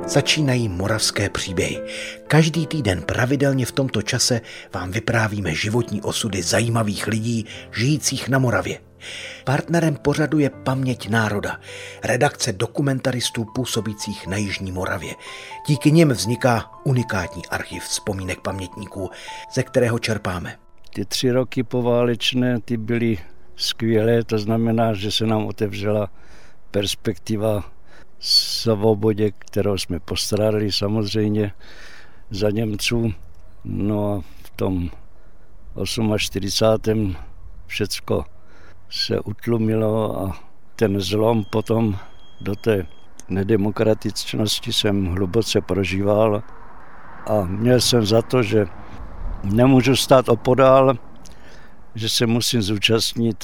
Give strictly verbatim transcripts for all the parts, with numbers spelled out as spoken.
Začínají Moravské příběhy. Každý týden pravidelně v tomto čase vám vyprávíme životní osudy zajímavých lidí žijících na Moravě. Partnerem pořadu je Paměť národa, redakce dokumentaristů působících na jižní Moravě. Díky nim vzniká unikátní archiv vzpomínek pamětníků, ze kterého čerpáme. Ty tři roky poválečné, ty byly skvělé, to znamená, že se nám otevřela perspektiva svobodě, kterou jsme postrádali samozřejmě za Němců. No a v tom čtyřicátém osmém všecko se utlumilo a ten zlom potom do té nedemokratičnosti jsem hluboce prožíval a měl jsem za to, že nemůžu stát opodál, že se musím zúčastnit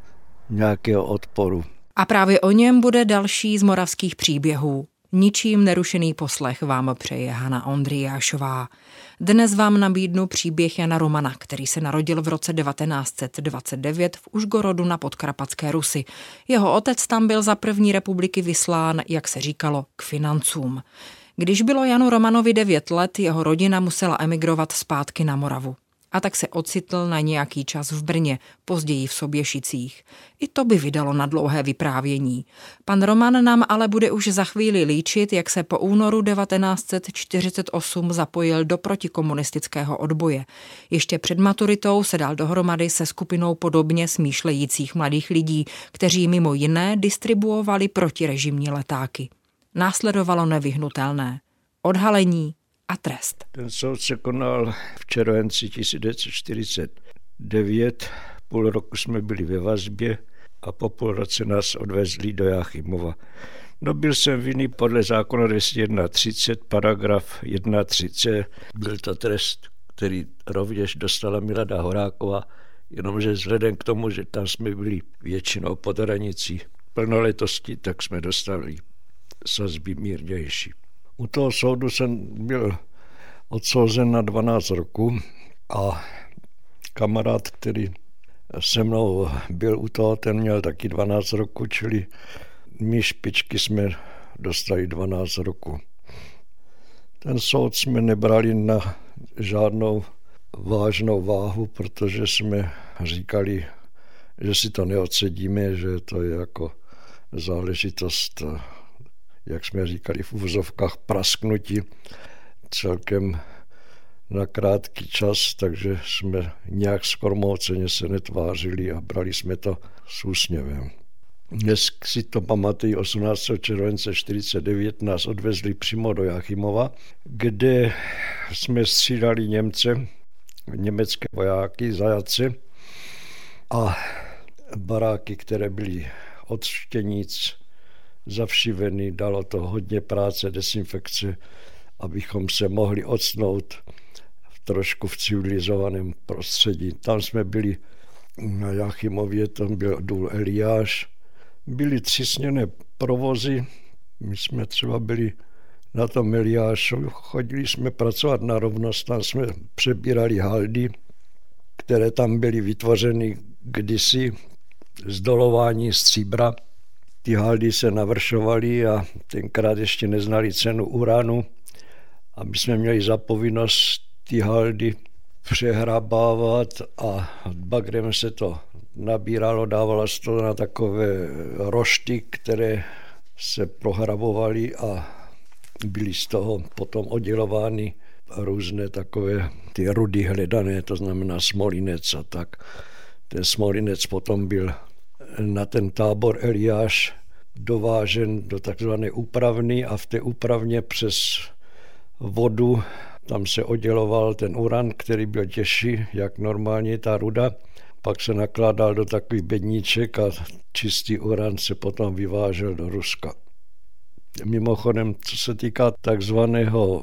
nějakého odporu. A právě o něm bude další z moravských příběhů. Ničím nerušený poslech vám přeje Hana Ondryjášová. Dnes vám nabídnu příběh Jana Romana, který se narodil v roce devatenáct set dvacet devět v Užgorodu na Podkarpatské Rusi. Jeho otec tam byl za první republiky vyslán, jak se říkalo, k financům. Když bylo Janu Romanovi devět let, jeho rodina musela emigrovat zpátky na Moravu. A tak se ocitl na nějaký čas v Brně, později v Soběšicích. I to by vydalo na dlouhé vyprávění. Pan Roman nám ale bude už za chvíli líčit, jak se po únoru devatenáct set čtyřicet osm zapojil do protikomunistického odboje. Ještě před maturitou se dal dohromady se skupinou podobně smýšlejících mladých lidí, kteří mimo jiné distribuovali protirežimní letáky. Následovalo nevyhnutelné odhalení a trest. Ten soud se konal v červenci tisíc devět set čtyřicet devět, půl roku jsme byli ve vazbě a po půl roce nás odvezli do Jáchymova. Dobil jsem viny podle zákona dvě stě třicet jedna, paragraf jedna tři c. Byl to trest, který rovněž dostala Milada Horáková, jenomže vzhledem k tomu, že tam jsme byli většinou pod hranicí plnoletosti, tak jsme dostali sazby mírnější. U toho soudu jsem byl odsouzen na dvanáct roků a kamarád, který se mnou byl u toho, ten měl taky dvanáct roků, čili my špičky jsme dostali dvanáct roků. Ten soud jsme nebrali na žádnou vážnou váhu, protože jsme říkali, že si to neodsedíme, že to je jako záležitost, jak jsme říkali v uvozovkách, prasknutí celkem na krátký čas, takže jsme nějak skormouceně se netvářili a brali jsme to s úsměvem. Dnes si to pamatují, osmnáctého července čtyřicet devět nás odvezli přímo do Jáchymova, kde jsme střídali Němce, německé vojáky, zajatce a baráky, které byly od štěnic zavšiveny, dalo to hodně práce, dezinfekce, abychom se mohli octnout v trošku v civilizovaném prostředí. Tam jsme byli na Jáchymově, tam byl důl Eliáš, byly tři směnné provozy, my jsme třeba byli na tom Eliášu, chodili jsme pracovat na rovnost, tam jsme přebírali haldy, které tam byly vytvořeny kdysi z dolování stříbra. Ty haldy se navršovaly a tenkrát ještě neznali cenu uranu, aby jsme měli za povinnost ty haldy přehrabávat a bagrem se to nabíralo, dávalo se to na takové rošty, které se prohrabovaly a byly z toho potom oddělovány různé takové ty rudy hledané, to znamená smolinec a tak. Ten smolinec potom byl na ten tábor Eliáš dovážen do takzvané úpravny a v té úpravně přes vodu tam se odděloval ten uran, který byl těžší, jak normálně ta ruda. Pak se nakládal do takových bedníček a čistý uran se potom vyvážel do Ruska. Mimochodem, co se týká takzvaného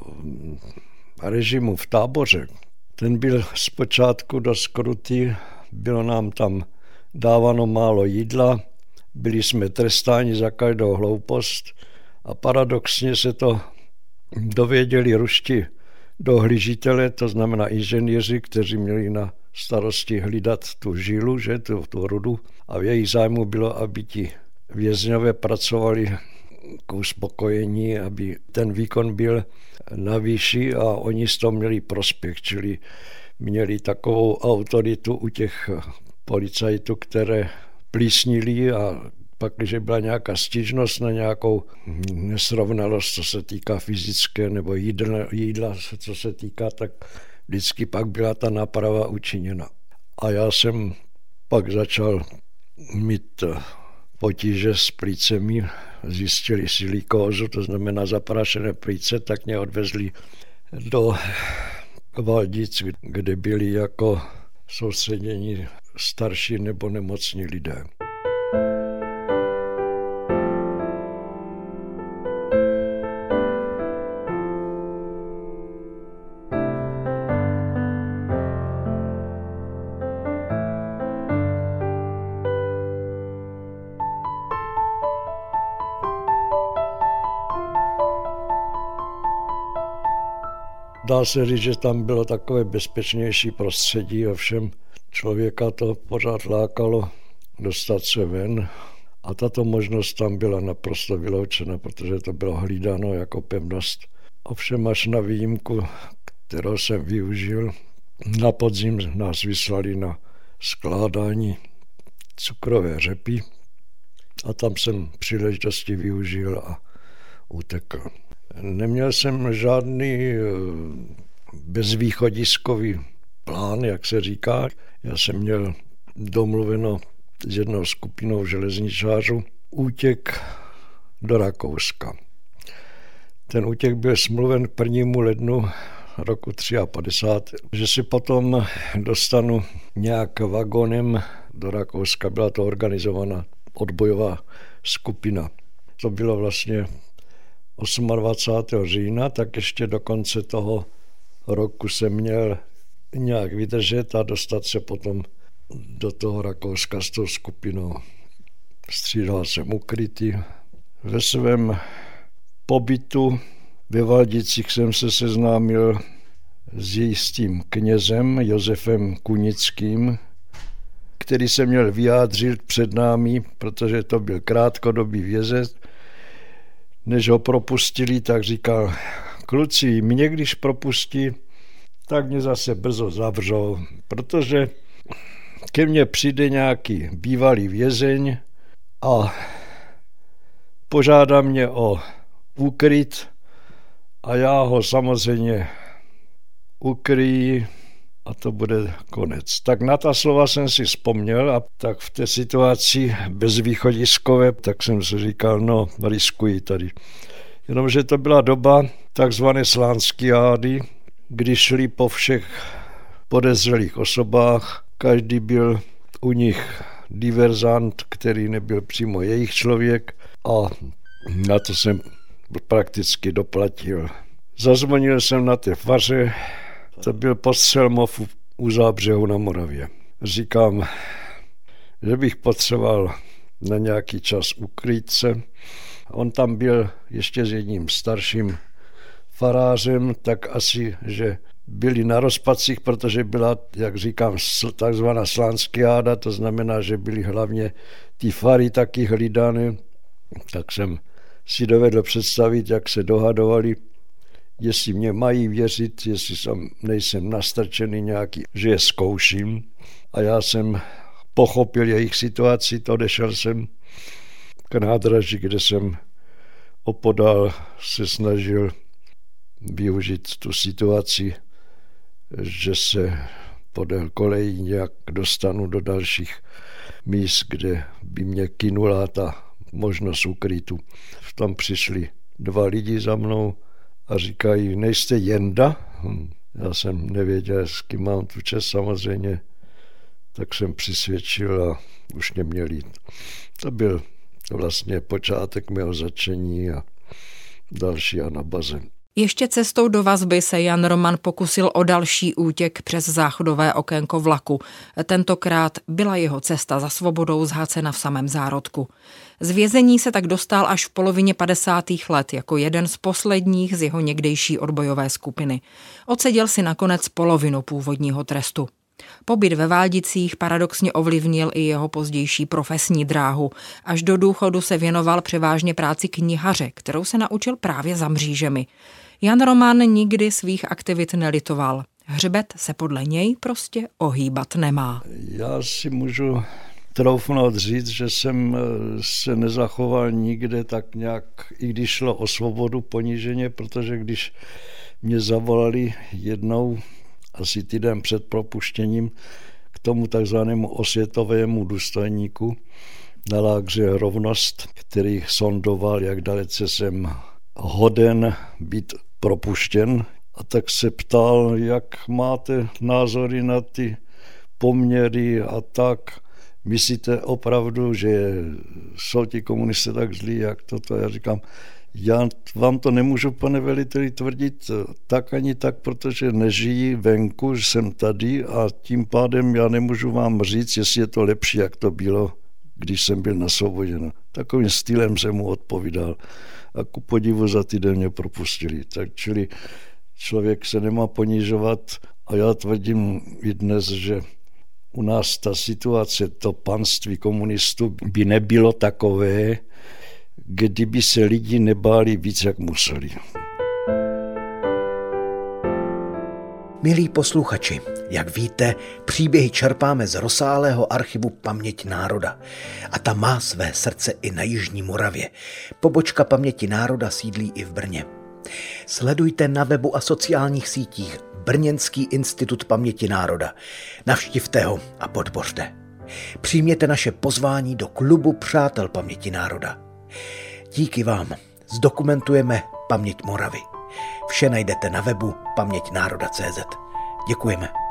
režimu v táboře, ten byl zpočátku dost krutý, bylo nám tam dáváno málo jídla, byli jsme trestáni za každou hloupost a paradoxně se to dověděli ruští dohlížitele, to znamená inženýři, kteří měli na starosti hlídat tu žilu, že, tu, tu rudu, a v jejich zájmu bylo, aby ti vězňové pracovali k uspokojení, aby ten výkon byl na výši a oni z toho měli prospěch, čili měli takovou autoritu u těch policajtů, které plísnili a pak, když byla nějaká stížnost na nějakou nesrovnalost, co se týká fyzické nebo jídla, jídla, co se týká, tak vždycky pak byla ta náprava učiněna. A já jsem pak začal mít potíže s plícemi, zjistili silikózu, to znamená zaprášené plíce, tak mě odvezli do Valdic, kde byli jako soustředění starší nebo nemocní lidé. Dá se říct, že tam bylo takové bezpečnější prostředí, ovšem člověka to pořád lákalo dostat se ven a tato možnost tam byla naprosto vyloučena, protože to bylo hlídáno jako pevnost. Ovšem až na výjimku, kterou jsem využil, na podzim nás vyslali na skládání cukrové řepy a tam jsem příležitosti využil a utekl. Neměl jsem žádný bezvýchodiskový plán, jak se říká. Já jsem měl domluveno s jednou skupinou železničářů útěk do Rakouska. Ten útěk byl smluven k prvnímu lednu roku padesát tři, že si potom dostanu nějak vagonem do Rakouska. Byla to organizovaná odbojová skupina. To bylo vlastně dvacátého osmého října, tak ještě do konce toho roku jsem měl nějak vydržet a dostat se potom do toho Rakouska s tou skupinou. Střídal jsem ukrytý. Ve svém pobytu ve Valdicích jsem se seznámil s jistým knězem Josefem Kunickým, který se měl vyjádřit před námi, protože to byl krátkodobý vězec. Než ho propustili, tak říkal, kluci, mě když propustí, tak mě zase brzo zavřou, protože ke mně přijde nějaký bývalý vězeň a požádá mě o úkryt a já ho samozřejmě ukryji a to bude konec. Tak na ta slova jsem si vzpomněl a tak v té situaci bezvýchodiskové, tak jsem si říkal, no riskuji tady. Jenomže to byla doba takzvané slánskiády, kdy šli po všech podezřelých osobách, každý byl u nich diverzant, který nebyl přímo jejich člověk a na to jsem prakticky doplatil. Zazvonil jsem na té faře, to byl Postřelmov u Zábřehu na Moravě. Říkám, že bych potřeboval na nějaký čas ukryt se. On tam byl ještě s jedním starším farářem, tak asi, že byli na rozpacích, protože byla, jak říkám, takzvaná slánskiáda, to znamená, že byly hlavně ty fary taky hlídány. Tak jsem si dovedl představit, jak se dohadovali, jestli mě mají věřit, jestli jsem, nejsem nastrčený nějaký, že je zkouším. A já jsem pochopil jejich situaci, to odešel jsem k nádraží, kde jsem opodál se snažil využít tu situaci, že se podél kolejí nějak dostanu do dalších míst, kde by mě kynula ta možnost ukrytu. V tom přišli dva lidi za mnou a říkají, nejste Jenda? Hm. Já jsem nevěděl, s kým mám tu čest samozřejmě, tak jsem přisvědčil a už mě měl jít. To byl vlastně počátek mého začení a další anabaze. Ještě cestou do vazby se Jan Roman pokusil o další útěk přes záchodové okénko vlaku. Tentokrát byla jeho cesta za svobodou zhacena v samém zárodku. Z vězení se tak dostal až v polovině padesátých let jako jeden z posledních z jeho někdejší odbojové skupiny. Odseděl si nakonec polovinu původního trestu. Pobyt ve Váldicích paradoxně ovlivnil i jeho pozdější profesní dráhu. Až do důchodu se věnoval převážně práci knihaře, kterou se naučil právě za mřížemi. Jan Roman nikdy svých aktivit nelitoval. Hřbet se podle něj prostě ohýbat nemá. Já si můžu troufnout říct, že jsem se nezachoval nikde tak nějak, i když šlo o svobodu, poníženě, protože když mě zavolali jednou, asi týden před propuštěním, k tomu takzvanému osvětovému důstojníku na lágře Rovnost, který sondoval, jak dalece jsem hoden být propuštěn. A tak se ptal, jak máte názory na ty poměry a tak. Myslíte opravdu, že jsou ti komunisté tak zlí, jak toto? Já říkám, já vám to nemůžu, pane veliteli, tvrdit tak ani tak, protože nežijí venku, že jsem tady a tím pádem já nemůžu vám říct, jestli je to lepší, jak to bylo, když jsem byl na svobodě. No, takovým stylem jsem mu odpovídal a ku podivu za týden mě propustili. Tak čili člověk se nemá ponižovat a já tvrdím i dnes, že u nás ta situace, to panství komunistů by nebylo takové, kdyby se lidi nebáli víc, jak museli. Milí posluchači, jak víte, příběhy čerpáme z rozsáhlého archivu Paměť národa. A ta má své srdce i na Jižní Moravě. Pobočka Paměti národa sídlí i v Brně. Sledujte na webu a sociálních sítích Brněnský institut Paměti národa. Navštivte ho a podpořte. Přijměte naše pozvání do klubu Přátel Paměti národa. Díky vám zdokumentujeme paměť Moravy. Vše najdete na webu paměť národa tečka cé zet. Děkujeme.